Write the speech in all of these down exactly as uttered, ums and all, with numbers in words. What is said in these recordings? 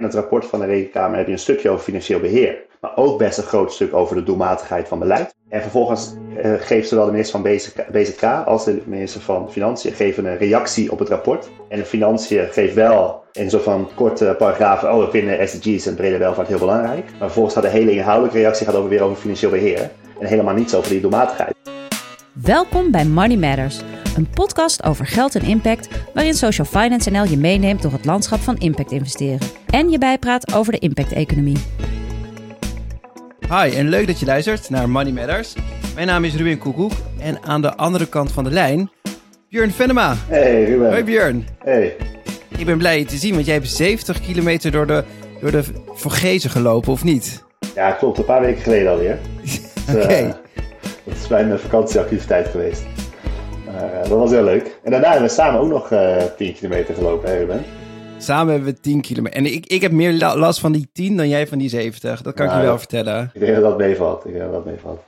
het rapport van de Rekenkamer heb je een stukje over financieel beheer. Maar ook best een groot stuk over de doelmatigheid van beleid. En vervolgens uh, geeft zowel de minister van B Z K als de minister van Financiën geven een reactie op het rapport. En de Financiën geeft wel in een soort van korte paragrafen, oh we vinden S D G's en brede welvaart heel belangrijk. Maar vervolgens gaat de hele inhoudelijke reactie gaat over, weer over financieel beheer. En helemaal niets over die doelmatigheid. Welkom bij Money Matters, een podcast over geld en impact, waarin Social Finance N L je meeneemt door het landschap van impact investeren. En je bijpraat over de impact-economie. Hi en leuk dat je luistert naar Money Matters. Mijn naam is Ruben Koekoek en aan de andere kant van de lijn, Björn Venema. Hey Ruben. Hoi Björn. Hey. Ik ben blij je te zien, want jij hebt zeventig kilometer door de, door de Vogezen gelopen, of niet? Ja, klopt. Een paar weken geleden alweer. Oké. Okay. Uh, dat is mijn vakantieactiviteit geweest. Uh, dat was heel leuk. En daarna hebben we samen ook nog uh, tien kilometer gelopen, hè Ruben? Samen hebben we tien kilometer. En ik, ik heb meer last van die tien dan jij van die zeventig. Dat kan nou, ik je wel vertellen. Ik denk dat dat meevalt. Ik denk dat dat meevalt.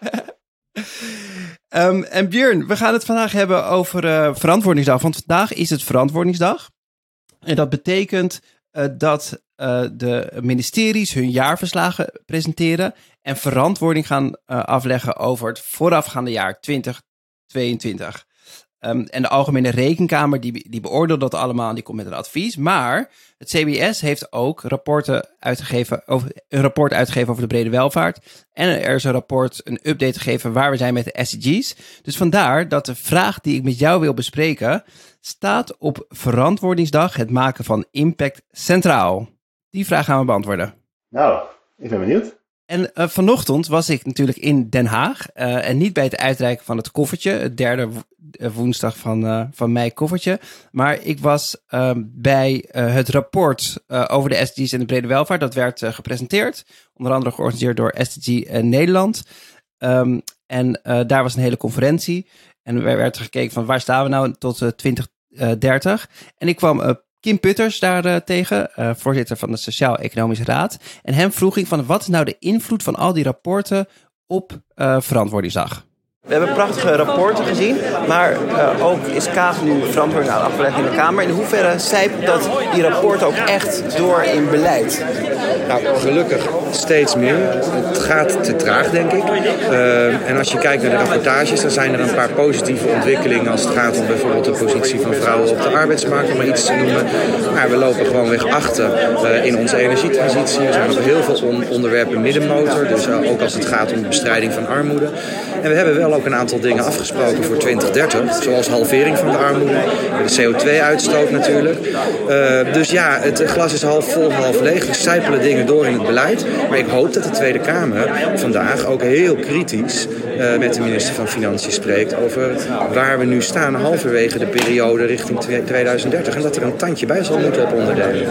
um, en Björn, we gaan het vandaag hebben over uh, Verantwoordingsdag. Want vandaag is het Verantwoordingsdag. En dat betekent uh, dat uh, de ministeries hun jaarverslagen presenteren en verantwoording gaan uh, afleggen over het voorafgaande jaar twintig tweeëntwintig. Um, en de Algemene Rekenkamer die, die beoordeelt dat allemaal en die komt met een advies. Maar het C B S heeft ook rapporten uitgegeven over, een rapport uitgegeven over de brede welvaart. En er is een rapport, een update gegeven waar we zijn met de S D G's. Dus vandaar dat de vraag die ik met jou wil bespreken staat op Verantwoordingsdag het maken van impact centraal. Die vraag gaan we beantwoorden. Nou, ik ben benieuwd. En uh, vanochtend was ik natuurlijk in Den Haag uh, en niet bij het uitreiken van het koffertje, het derde wo- woensdag van, uh, van mei koffertje, maar ik was uh, bij uh, het rapport uh, over de S D G's en de brede welvaart. Dat werd uh, gepresenteerd, onder andere georganiseerd door S D G uh, Nederland. Um, en uh, daar was een hele conferentie en er werd gekeken van waar staan we nou tot uh, twintig dertig. En ik kwam uh, Kim Putters daar uh, tegen, uh, voorzitter van de Sociaal-Economische Raad. En hem vroeg ik van wat is nou de invloed van al die rapporten op uh, Verantwoordingsdag? We hebben prachtige rapporten gezien, maar uh, ook is Kaag nu verantwoording aan afgelegd in de Kamer. In hoeverre zijpelt dat die rapporten ook echt door in beleid? Nou, gelukkig steeds meer. Het gaat te traag, denk ik. Uh, en als je kijkt naar de rapportages, dan zijn er een paar positieve ontwikkelingen als het gaat om bijvoorbeeld de positie van vrouwen op de arbeidsmarkt, om maar iets te noemen. Maar we lopen gewoon weg achter uh, in onze energietransitie. Er zijn nog heel veel on- onderwerpen middenmotor, dus uh, ook als het gaat om de bestrijding van armoede. En we hebben wel ook een aantal dingen afgesproken voor twintig dertig, zoals halvering van de armoede, de C O twee uitstoot natuurlijk. Uh, dus ja, het glas is half vol, half leeg. We sijpelen dingen door in het beleid. Maar ik hoop dat de Tweede Kamer vandaag ook heel kritisch uh, met de minister van Financiën spreekt over waar we nu staan halverwege de periode richting twintig dertig. En dat er een tandje bij zal moeten op onderdelen.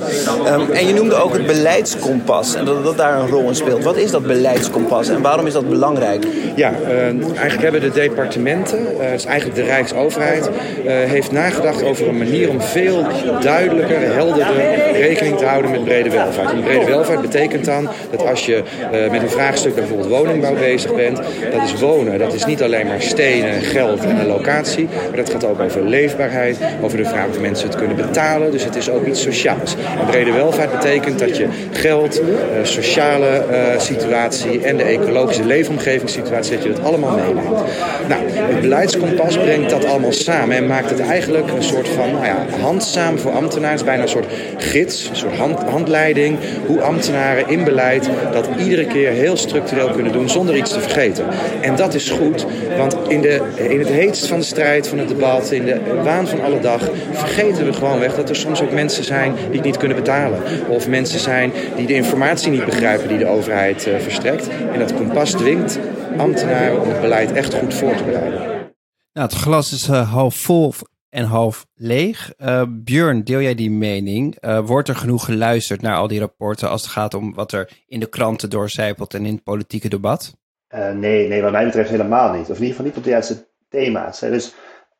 Um, en je noemde ook het beleidskompas en dat, dat daar een rol in speelt. Wat is dat beleidskompas en waarom is dat belangrijk? Ja, uh, eigenlijk hebben de departementen, uh, het is eigenlijk de Rijksoverheid, uh, heeft nagedacht over een manier om veel duidelijker, helderder rekening te houden met brede welvaart. En brede welvaart betekent dan dat als je uh, met een vraagstuk bijvoorbeeld woningbouw bezig bent, dat is wonen. Dat is niet alleen maar stenen, geld en een locatie, maar dat gaat ook over leefbaarheid, over de vraag of mensen het kunnen betalen. Dus het is ook iets sociaals. En brede welvaart betekent dat je geld, uh, sociale uh, situatie en de ecologische leefomgevingssituatie, dat je dat allemaal meeneemt. Nou, het beleidskompas brengt dat allemaal samen en maakt het eigenlijk een soort van nou ja, handzaam voor ambtenaren, bijna een soort gids, een soort hand, handleiding, hoe ambtenaren in beleid dat iedere keer heel structureel kunnen doen zonder iets te vergeten. En dat is goed, want in, de, in het heetst van de strijd, van het debat, in de waan van alle dag, vergeten we gewoon weg dat er soms ook mensen zijn die het niet kunnen betalen. Of mensen zijn die de informatie niet begrijpen die de overheid uh, verstrekt. En dat kompas dwingt ambtenaren om het beleid echt goed voor te bereiden. Nou, het glas is uh, half vol en half leeg. Uh, Björn, deel jij die mening? Uh, wordt er genoeg geluisterd naar al die rapporten als het gaat om wat er in de kranten doorcijpelt en in het politieke debat? Uh, nee, nee, wat mij betreft helemaal niet. Of in ieder geval niet op de juiste thema's. Hè. Dus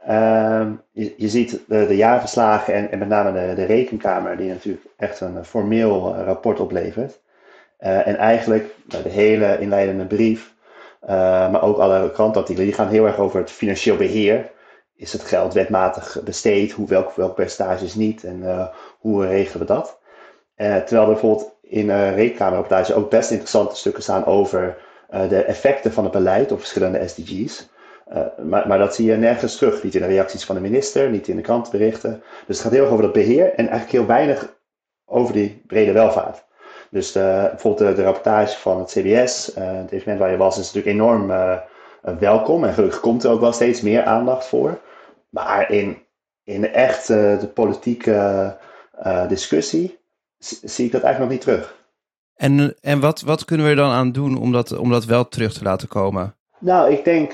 uh, je, je ziet de, de jaarverslagen en, en met name de, de Rekenkamer, die natuurlijk echt een formeel uh, rapport oplevert. Uh, en eigenlijk uh, de hele inleidende brief, uh, maar ook alle krantartikelen, die gaan heel erg over het financieel beheer. Is het geld wetmatig besteed? Hoe, welk, welk percentage is niet? En uh, hoe regelen we dat? Uh, terwijl er bijvoorbeeld in uh, rekenkamerrapportage ook best interessante stukken staan over uh, de effecten van het beleid op verschillende S D G's. Uh, maar, maar dat zie je nergens terug. Niet in de reacties van de minister, niet in de krantenberichten. Dus het gaat heel erg over dat beheer en eigenlijk heel weinig over die brede welvaart. Dus de, bijvoorbeeld de, de rapportage van het C B S, uh, het evenement waar je was, is natuurlijk enorm uh, welkom. En gelukkig komt er ook wel steeds meer aandacht voor. Maar in, in echt uh, de politieke uh, discussie zie ik dat eigenlijk nog niet terug. En, en wat, wat kunnen we er dan aan doen om dat, om dat wel terug te laten komen? Nou, ik denk,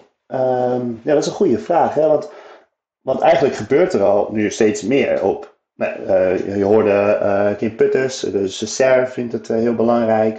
um, ja, dat is een goede vraag. Hè? Want, want eigenlijk gebeurt er al nu steeds meer op. Nou, uh, je hoorde uh, Kim Putters, dus de S E R vindt het uh, heel belangrijk.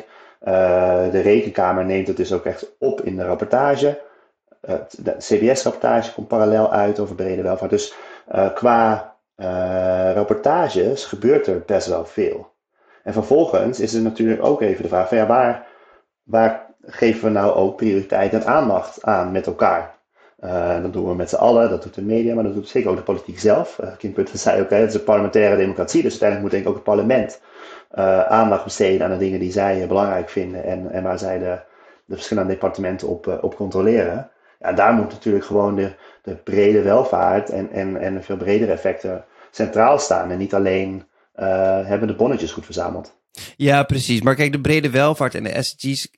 Uh, de Rekenkamer neemt het dus ook echt op in de rapportage. Uh, de C B S-rapportage komt parallel uit over brede welvaart. Dus uh, qua uh, rapportages gebeurt er best wel veel. En vervolgens is er natuurlijk ook even de vraag van ja, waar, waar geven we nou ook prioriteit en aandacht aan met elkaar? Uh, dat doen we met z'n allen, dat doet de media, maar dat doet zeker ook de politiek zelf. Uh, Kim Putters zei ook, hè, het is een parlementaire democratie, dus uiteindelijk moet denk ik ook het parlement uh, aandacht besteden aan de dingen die zij uh, belangrijk vinden en, en waar zij de, de verschillende departementen op, uh, op controleren. Ja, daar moet natuurlijk gewoon de, de brede welvaart en, en, en de veel bredere effecten centraal staan en niet alleen uh, hebben de bonnetjes goed verzameld. Ja, precies. Maar kijk, de brede welvaart en de S D G's.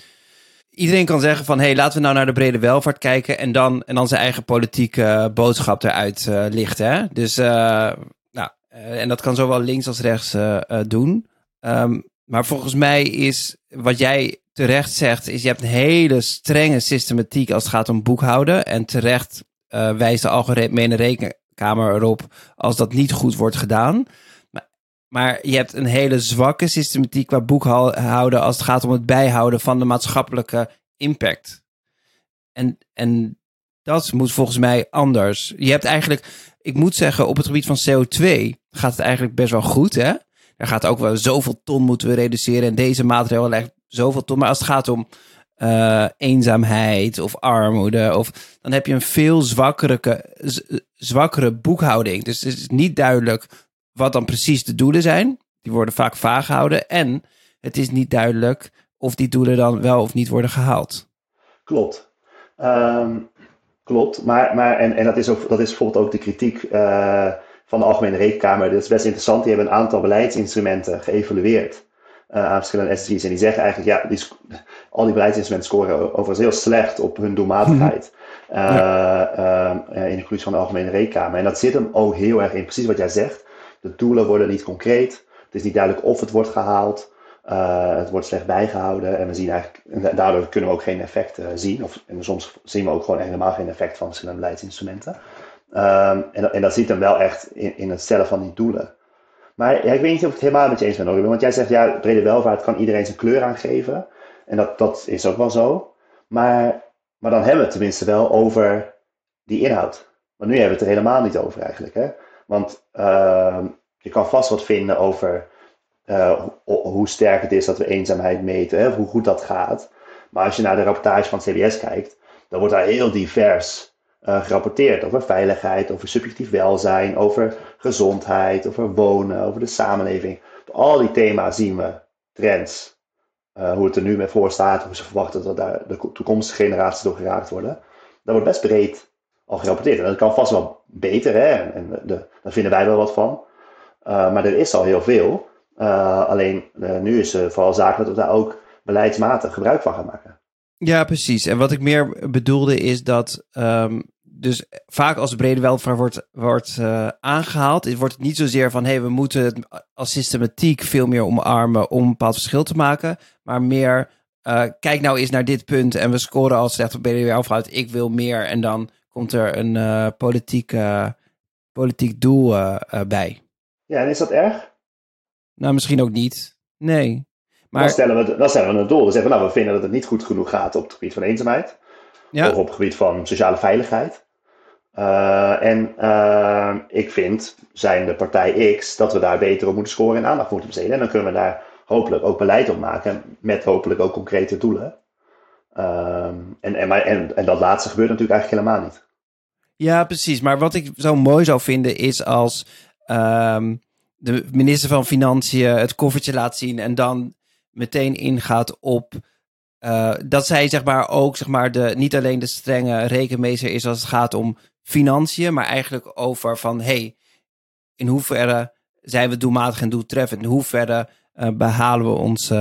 Iedereen kan zeggen van, hé, hey, laten we nou naar de brede welvaart kijken en dan, en dan zijn eigen politieke boodschap eruit uh, lichten. Hè? Dus, uh, nou, uh, en dat kan zowel links als rechts uh, uh, doen. Um, maar volgens mij is, wat jij terecht zegt, is je hebt een hele strenge systematiek als het gaat om boekhouden. En terecht uh, wijst de Algemene Rekenkamer erop als dat niet goed wordt gedaan. Maar je hebt een hele zwakke systematiek qua boekhouden als het gaat om het bijhouden van de maatschappelijke impact. En, en dat moet volgens mij anders. Je hebt eigenlijk, ik moet zeggen, op het gebied van C O twee gaat het eigenlijk best wel goed. Hè? Er gaat ook wel zoveel ton moeten we reduceren en deze maatregel legt zoveel ton. Maar als het gaat om uh, eenzaamheid of armoede, of, dan heb je een veel zwakkere, z- zwakkere boekhouding. Dus het is niet duidelijk wat dan precies de doelen zijn. Die worden vaak vaag gehouden. En het is niet duidelijk of die doelen dan wel of niet worden gehaald. Klopt. Um, klopt. Maar, maar, en, en dat, is ook, dat is bijvoorbeeld ook de kritiek uh, van de Algemene Rekenkamer. Dat is best interessant. Die hebben een aantal beleidsinstrumenten geëvalueerd uh, aan verschillende S D G's. En die zeggen eigenlijk, ja, die, al die beleidsinstrumenten scoren overigens heel slecht op hun doelmatigheid. Uh, ja. uh, in de conclusie van de Algemene Rekenkamer. En dat zit hem ook heel erg in, precies wat jij zegt. De doelen worden niet concreet. Het is niet duidelijk of het wordt gehaald. Uh, het wordt slecht bijgehouden. En we zien eigenlijk, en daardoor kunnen we ook geen effect uh, zien. Of, en soms zien we ook gewoon helemaal geen effect van verschillende beleidsinstrumenten. Um, en, en dat zit hem wel echt in, in het stellen van die doelen. Maar ja, ik weet niet of ik het helemaal met je eens ben, Robin. Want jij zegt, ja, brede welvaart kan iedereen zijn kleur aangeven. En dat, dat is ook wel zo. Maar, maar dan hebben we het tenminste wel over die inhoud. Want nu hebben we het er helemaal niet over eigenlijk, hè. Want uh, je kan vast wat vinden over uh, ho- hoe sterk het is dat we eenzaamheid meten, hè, hoe goed dat gaat. Maar als je naar de rapportage van het C B S kijkt, dan wordt daar heel divers uh, gerapporteerd over veiligheid, over subjectief welzijn, over gezondheid, over wonen, over de samenleving. Op al die thema's zien we trends, uh, hoe het er nu mee voor staat, hoe ze verwachten dat daar de toekomstige generaties door geraakt worden. Dat wordt best breed al gerapporteerd. En dat kan vast wel beter, hè? En, en de, daar vinden wij wel wat van. Uh, maar er is al heel veel. Uh, alleen uh, nu is het vooral zaak dat we daar ook beleidsmatig gebruik van gaan maken. Ja, precies. En wat ik meer bedoelde is dat um, dus vaak als de brede welvaart wordt, wordt uh, aangehaald, wordt het niet zozeer van, hé, hey, we moeten het als systematiek veel meer omarmen om een bepaald verschil te maken, maar meer, uh, kijk nou eens naar dit punt en we scoren al slecht op brede welvaart, ik wil meer en dan komt er een uh, politiek, uh, politiek doel uh, uh, bij. Ja, en is dat erg? Nou, misschien ook niet. Nee. Maar Dan stellen we, dan stellen we een doel. Dan zeggen we, nou, we vinden dat het niet goed genoeg gaat op het gebied van eenzaamheid. Ja. Of op het gebied van sociale veiligheid. Uh, en uh, ik vind, zijn de partij X, dat we daar beter op moeten scoren en aandacht moeten besteden. En dan kunnen we daar hopelijk ook beleid op maken. Met hopelijk ook concrete doelen. Um, en, en, en, en dat laatste gebeurt natuurlijk eigenlijk helemaal niet. Ja, precies. Maar wat ik zo mooi zou vinden is als um, de minister van Financiën het koffertje laat zien en dan meteen ingaat op uh, dat zij zeg maar ook zeg maar de niet alleen de strenge rekenmeester is als het gaat om financiën, maar eigenlijk over van hey, in hoeverre zijn we doelmatig en doeltreffend, in hoeverre uh, behalen we onze,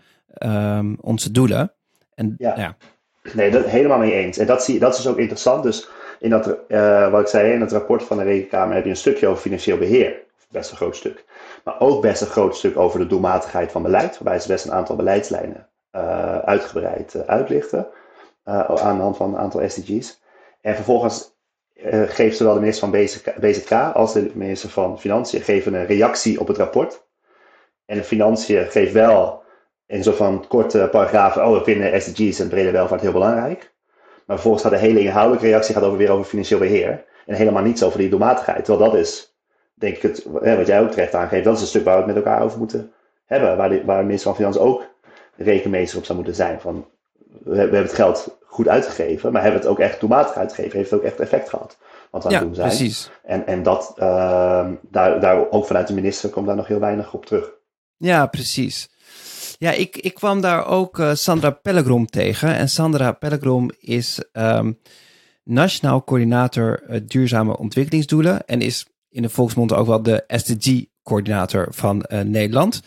uh, um, onze doelen. En, ja. ja. Nee, dat helemaal mee eens. En dat, zie, dat is dus ook interessant. Dus in dat, uh, wat ik zei, in het rapport van de Rekenkamer heb je een stukje over financieel beheer. Best een groot stuk. Maar ook best een groot stuk over de doelmatigheid van beleid. Waarbij ze best een aantal beleidslijnen uh, uitgebreid uh, uitlichten. Uh, aan de hand van een aantal S D G's. En vervolgens uh, geeft zowel de minister van B Z K als de minister van Financiën geven een reactie op het rapport. En de Financiën geeft wel in zo'n van korte paragrafen, oh, we vinden S D G's en brede welvaart heel belangrijk. Maar vervolgens gaat de hele inhoudelijke reactie gaat over, weer over financieel beheer. En helemaal niets over die doelmatigheid. Terwijl dat is, denk ik, het, wat jij ook terecht aangeeft, dat is een stuk waar we het met elkaar over moeten hebben. Waar de, waar de minister van Financiën ook rekenmeester op zou moeten zijn. Van, we hebben het geld goed uitgegeven, maar hebben we het ook echt doelmatig uitgegeven? Heeft het ook echt effect gehad? Wat we aan het ja, doen zijn. Precies. En, en dat, uh, daar, daar ook vanuit de minister komt daar nog heel weinig op terug. Ja, precies. Ja, ik, ik kwam daar ook uh, Sandra Pellegrom tegen. En Sandra Pellegrom is um, Nationaal Coördinator uh, Duurzame Ontwikkelingsdoelen. En is in de volksmond ook wel de S D G-coördinator van uh, Nederland.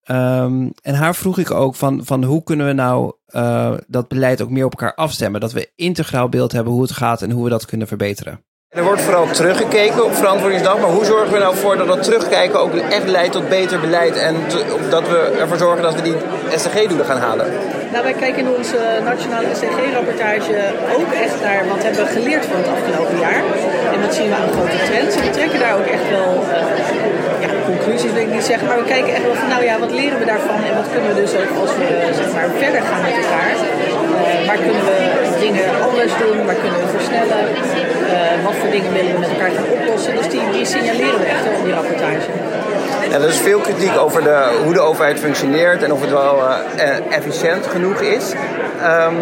Um, en haar vroeg ik ook van, van hoe kunnen we nou uh, dat beleid ook meer op elkaar afstemmen. Dat we integraal beeld hebben hoe het gaat en hoe we dat kunnen verbeteren. Er wordt vooral teruggekeken op Verantwoordingsdag, maar hoe zorgen we nou voor dat dat terugkijken ook echt leidt tot beter beleid en te, dat we ervoor zorgen dat we die S D G-doelen gaan halen? Nou, wij kijken in onze nationale S D G-rapportage ook echt naar wat hebben we geleerd van het afgelopen jaar. En wat zien we aan grote trends. En we trekken daar ook echt wel, uh, ja, conclusies wil ik niet zeggen, maar we kijken echt wel van, nou ja, wat leren we daarvan en wat kunnen we dus ook als we zeg maar, verder gaan met elkaar. Uh, waar kunnen we dingen anders doen, waar kunnen we versnellen, uh, wat voor dingen willen we met elkaar gaan oplossen. Dus die, die signaleren we echt wel in die rapportage. Ja, er is veel kritiek over de, hoe de overheid functioneert en of het wel uh, efficiënt genoeg is. Um,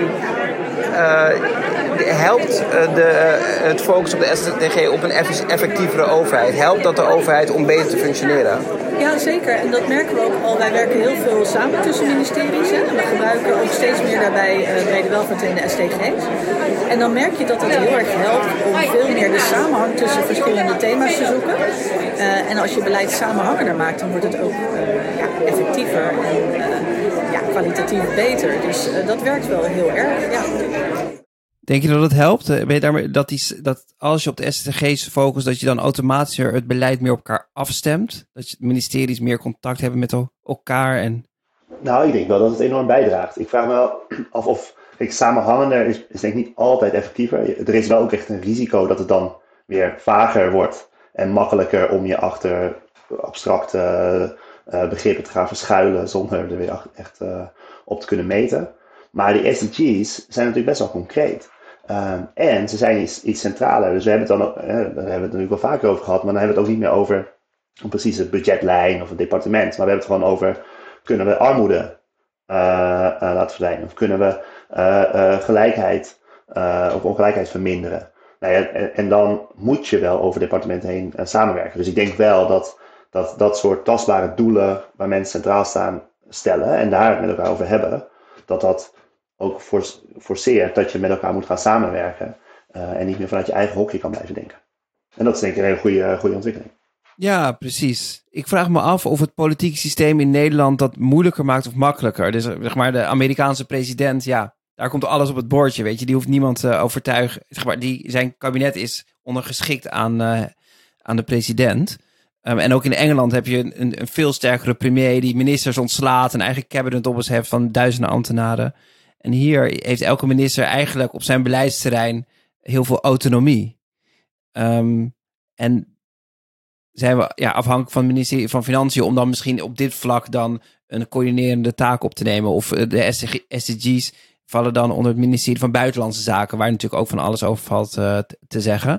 uh, helpt de, het focus op de S D G op een effectievere overheid? Helpt dat de overheid om beter te functioneren? Ja, zeker. En dat merken we ook al. Wij werken heel veel samen tussen ministeries. Hè? En we gebruiken ook steeds meer daarbij uh, brede welvaart en de S D G's. En dan merk je dat het heel erg helpt om veel meer de samenhang tussen verschillende thema's te zoeken. Uh, en als je beleid samenhangender maakt, dan wordt het ook uh, ja, effectiever en uh, ja, kwalitatief beter. Dus uh, dat werkt wel heel erg, ja. Denk je dat het helpt? Ben je daarmee, dat, die, dat als je op de S D G's focust, dat je dan automatisch het beleid meer op elkaar afstemt? Dat je ministeries meer contact hebben met elkaar? En... Nou, ik denk wel dat het enorm bijdraagt. Ik vraag me wel af of kijk, samenhangender is, is denk ik niet altijd effectiever. Er is wel ook echt een risico dat het dan weer vager wordt en makkelijker om je achter abstracte uh, begrippen te gaan verschuilen zonder er weer echt uh, op te kunnen meten. Maar die S D G's zijn natuurlijk best wel concreet. Um, en ze zijn iets, iets centraler. Dus we hebben het dan ook, eh, daar hebben we het natuurlijk wel vaker over gehad. Maar dan hebben we het ook niet meer over een precieze budgetlijn of een departement. Maar we hebben het gewoon over, kunnen we armoede uh, uh, laten verdwijnen? Of kunnen we uh, uh, gelijkheid uh, of ongelijkheid verminderen? Nou ja, en, en dan moet je wel over departementen heen uh, samenwerken. Dus ik denk wel dat, dat dat soort tastbare doelen waar mensen centraal staan stellen en daar het met elkaar over hebben, dat dat ook forceert dat je met elkaar moet gaan samenwerken uh, en niet meer vanuit je eigen hokje kan blijven denken. En dat is denk ik een hele goede, goede ontwikkeling. Ja, precies. Ik vraag me af of het politieke systeem in Nederland dat moeilijker maakt of makkelijker. Dus zeg maar de Amerikaanse president, ja, daar komt alles op het bordje, weet je. Die hoeft niemand te overtuigen. Zeg maar, die, zijn kabinet is ondergeschikt aan, uh, aan de president. Um, en ook in Engeland heb je een, een veel sterkere premier die ministers ontslaat en eigen cabinet op heeft van duizenden ambtenaren. En hier heeft elke minister eigenlijk op zijn beleidsterrein heel veel autonomie. Um, en zijn we ja, afhankelijk van het ministerie van Financiën om dan misschien op dit vlak dan een coördinerende taak op te nemen. Of de S D G's vallen dan onder het ministerie van Buitenlandse Zaken, waar natuurlijk ook van alles over valt uh, te zeggen.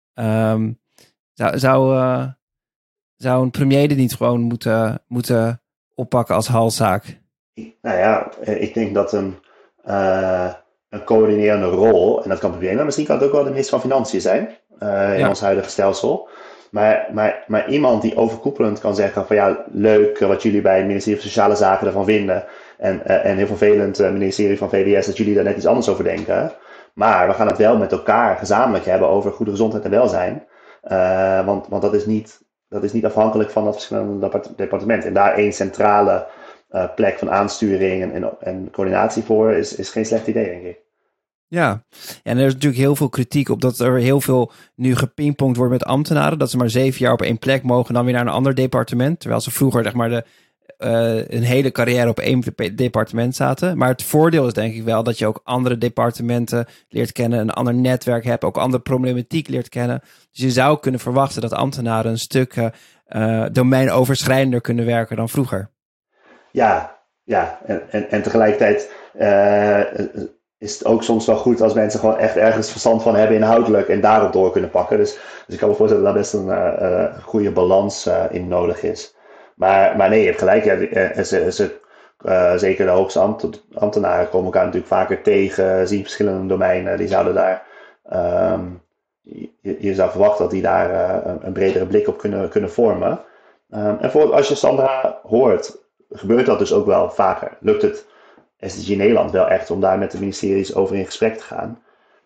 Um, zou, zou, uh, zou een premier dit niet gewoon moeten, moeten oppakken als halszaak? Nou ja, ik denk dat een Uh, een coördinerende rol, en dat kan premier, maar misschien kan het ook wel de minister van Financiën zijn, uh, in ja. ons huidige stelsel. Maar, maar, maar iemand die overkoepelend kan zeggen van ja, leuk wat jullie bij het ministerie van Sociale Zaken ervan vinden. En, uh, en heel vervelend het uh, ministerie van V W S dat jullie daar net iets anders over denken. Maar we gaan het wel met elkaar gezamenlijk hebben over goede gezondheid en welzijn. Uh, want, want dat is niet, dat is niet afhankelijk van dat verschillende departementen. En daar één centrale uh, plek van aansturing en, en, en coördinatie voor is, is geen slecht idee, denk ik. Ja, en er is natuurlijk heel veel kritiek op dat er heel veel nu gepingpongd wordt met ambtenaren. Dat ze maar zeven jaar op één plek mogen en dan weer naar een ander departement. Terwijl ze vroeger zeg maar de, uh, een hele carrière op één departement zaten. Maar het voordeel is denk ik wel dat je ook andere departementen leert kennen. Een ander netwerk hebt, ook andere problematiek leert kennen. Dus je zou kunnen verwachten dat ambtenaren een stuk uh, domeinoverschrijdender kunnen werken dan vroeger. Ja, ja. En, en, en tegelijkertijd... Uh, is het ook soms wel goed als mensen gewoon echt ergens verstand van hebben inhoudelijk en daarop door kunnen pakken. Dus, dus ik kan me voorstellen dat daar best een uh, uh, goede balans uh, in nodig is. Maar, maar nee, je hebt gelijk. Ja, is, is het, uh, zeker de hoogste ambt, ambtenaren komen elkaar natuurlijk vaker tegen, zien verschillende domeinen. Die zouden daar, um, je, je zou verwachten dat die daar uh, een bredere blik op kunnen, kunnen vormen. Um, en voor, als je Sandra hoort, gebeurt dat dus ook wel vaker. Lukt het S D G Nederland wel echt om daar met de ministeries over in gesprek te gaan.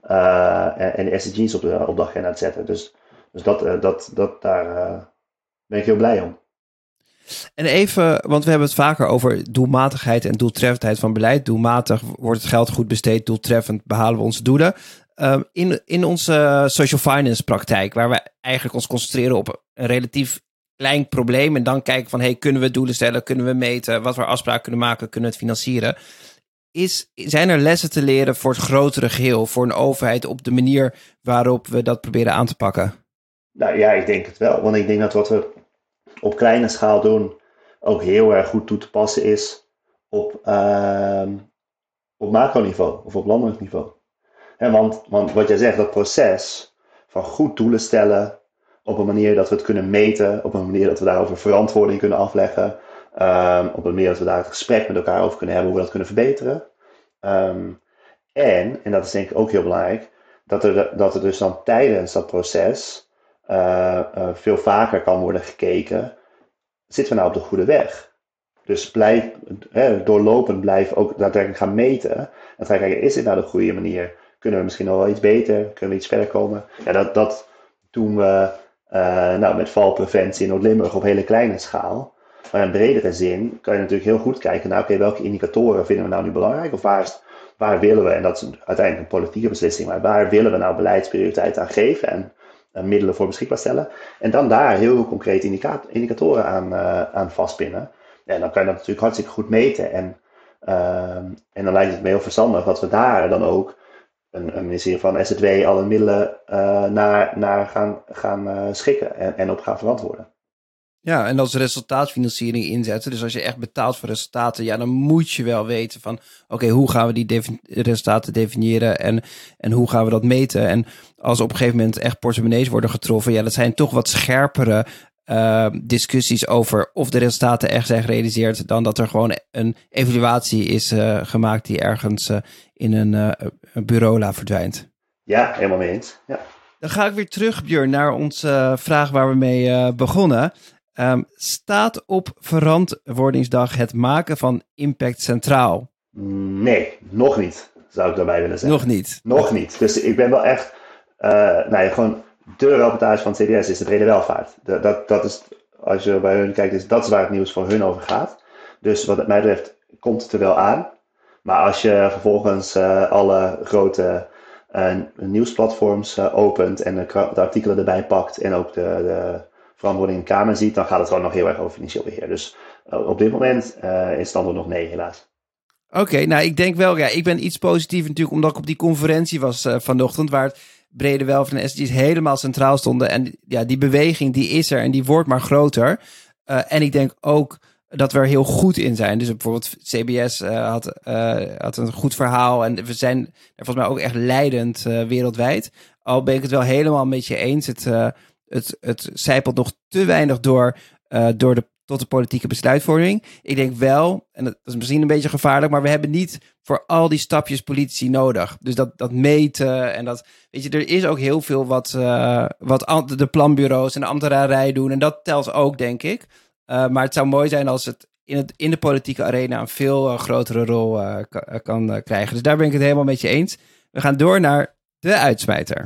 Uh, en, en de S D G's op de, op de agenda te zetten. Dus, dus dat, uh, dat, dat, daar uh, ben ik heel blij om. En even, want we hebben het vaker over doelmatigheid en doeltreffendheid van beleid. Doelmatig wordt het geld goed besteed, doeltreffend behalen we onze doelen. Um, in, in onze social finance praktijk, waar we eigenlijk ons concentreren op een relatief klein probleem en dan kijken van, hey, kunnen we doelen stellen, kunnen we meten, wat we afspraken kunnen maken, kunnen we het financieren. Is, zijn er lessen te leren voor het grotere geheel, voor een overheid op de manier waarop we dat proberen aan te pakken? Nou ja, ik denk het wel. Want ik denk dat wat we op kleine schaal doen ook heel erg goed toe te passen is op, uh, op macroniveau of op landelijk niveau. He, want, want wat jij zegt, dat proces van goed doelen stellen op een manier dat we het kunnen meten, op een manier dat we daarover verantwoording kunnen afleggen, um, op een manier dat we daar het gesprek met elkaar over kunnen hebben, hoe we dat kunnen verbeteren. Um, en, en dat is denk ik ook heel belangrijk, dat er, dat er dus dan tijdens dat proces uh, uh, veel vaker kan worden gekeken, zitten we nou op de goede weg? Dus blijf, hè, doorlopend blijven ook daadwerkelijk gaan meten. En gaan kijken, is dit nou de goede manier? Kunnen we misschien nog wel iets beter? Kunnen we iets verder komen? Ja, dat, dat doen we uh, nou, met valpreventie in Noord-Limburg op hele kleine schaal. Maar in bredere zin kan je natuurlijk heel goed kijken naar, oké, welke indicatoren vinden we nou nu belangrijk? Of waar, is, waar willen we, en dat is uiteindelijk een politieke beslissing, maar waar willen we nou beleidsprioriteit aan geven en uh, middelen voor beschikbaar stellen? En dan daar heel concrete indica- indicatoren aan, uh, aan vastpinnen. En dan kan je dat natuurlijk hartstikke goed meten. En, uh, en dan lijkt het me heel verstandig dat we daar dan ook een, een ministerie van S Z W alle middelen uh, naar, naar gaan, gaan uh, schikken en, en op gaan verantwoorden. Ja, en als resultaatfinanciering inzetten. Dus als je echt betaalt voor resultaten, ja, dan moet je wel weten van, oké, okay, hoe gaan we die defin- resultaten definiëren en, en hoe gaan we dat meten? En als op een gegeven moment echt portemonnees worden getroffen, ja, dat zijn toch wat scherpere uh, discussies over of de resultaten echt zijn gerealiseerd, dan dat er gewoon een evaluatie is uh, gemaakt die ergens uh, in een, uh, een bureaula verdwijnt. Ja, helemaal mee eens. Ja. Dan ga ik weer terug, Björn, naar onze uh, vraag waar we mee uh, begonnen. Um, staat op verantwoordingsdag het maken van impact centraal? Nee, nog niet, zou ik daarbij willen zeggen. Nog niet? Nog niet. Dus ik ben wel echt, uh, nou ja, gewoon de rapportage van het C B S is de brede welvaart. Dat, dat, dat is, als je bij hun kijkt, is, dat is waar het nieuws voor hun over gaat. Dus wat mij betreft komt het er wel aan. Maar als je vervolgens uh, alle grote uh, nieuwsplatforms uh, opent en de, de artikelen erbij pakt en ook de, de verantwoording in de Kamer ziet, dan gaat het gewoon nog heel erg over financieel beheer. Dus uh, op dit moment uh, is het antwoord nog nee, helaas. Oké, okay, nou ik denk wel, ja, ik ben iets positief natuurlijk, omdat ik op die conferentie was uh, vanochtend, waar het brede welvaart en S D G's helemaal centraal stonden. En ja, die beweging die is er en die wordt maar groter. Uh, en ik denk ook dat we er heel goed in zijn. Dus bijvoorbeeld C B S uh, had, uh, had een goed verhaal en we zijn er volgens mij ook echt leidend uh, wereldwijd. Al ben ik het wel helemaal met je eens. Het, uh, het, het zijpelt nog te weinig door, uh, door de tot de politieke besluitvorming. Ik denk wel, en dat is misschien een beetje gevaarlijk, maar we hebben niet voor al die stapjes politici nodig. Dus dat, dat meten en dat, weet je, er is ook heel veel wat, uh, wat de planbureaus en de ambtenarij doen. En dat telt ook, denk ik. Uh, maar het zou mooi zijn als het in, het, in de politieke arena een veel uh, grotere rol uh, k- kan uh, krijgen. Dus daar ben ik het helemaal met je eens. We gaan door naar de uitsmijter.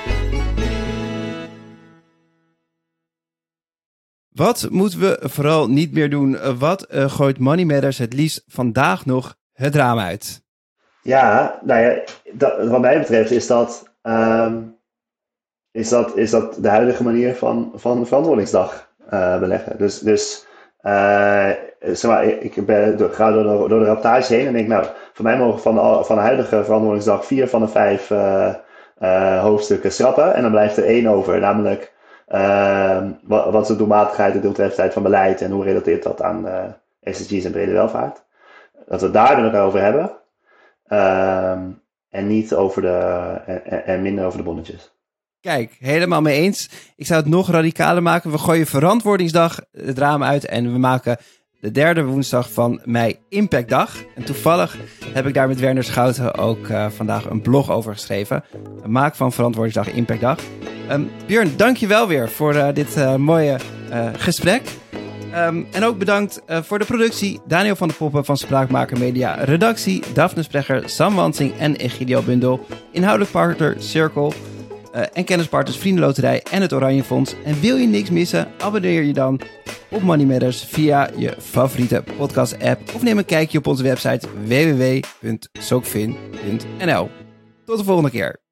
Wat moeten we vooral niet meer doen? Wat uh, gooit Money Matters het liefst vandaag nog het raam uit? Ja, nou ja, dat, wat mij betreft is dat, um, is dat, is dat de huidige manier van, van verantwoordingsdag uh, beleggen. Dus, dus uh, zeg maar, ik ben door, ga door de, door de rapportage heen en denk, nou, voor mij mogen van de, van de huidige verantwoordingsdag vier van de vijf uh, uh, hoofdstukken schrappen. En dan blijft er één over, namelijk uh, wat, wat is de doelmatigheid en doeltreffendheid van beleid en hoe relateert dat aan uh, S D G's en brede welvaart. Dat we het daar dan ook over hebben. Um, en niet over de en, en minder over de bonnetjes. Kijk, helemaal mee eens. Ik zou het nog radicaler maken. We gooien verantwoordingsdag het raam uit en we maken de derde woensdag van mei Impactdag. En toevallig heb ik daar met Werner Schouten ook uh, vandaag een blog over geschreven. Maak van verantwoordingsdag Impactdag. Um, Björn, dank je wel weer voor uh, dit uh, mooie uh, gesprek. Um, en ook bedankt uh, voor de productie Daniel van der Poppen van Spraakmaker Media. Redactie Daphne Sprecher, Sam Wansing en Egidio Bundel. Inhoudelijk partner Circle. Uh, en kennispartners Vriendenloterij en het Oranje Fonds. En wil je niks missen? Abonneer je dan op Money Matters via je favoriete podcast app. Of neem een kijkje op onze website w w w punt sokfin punt n l. Tot de volgende keer.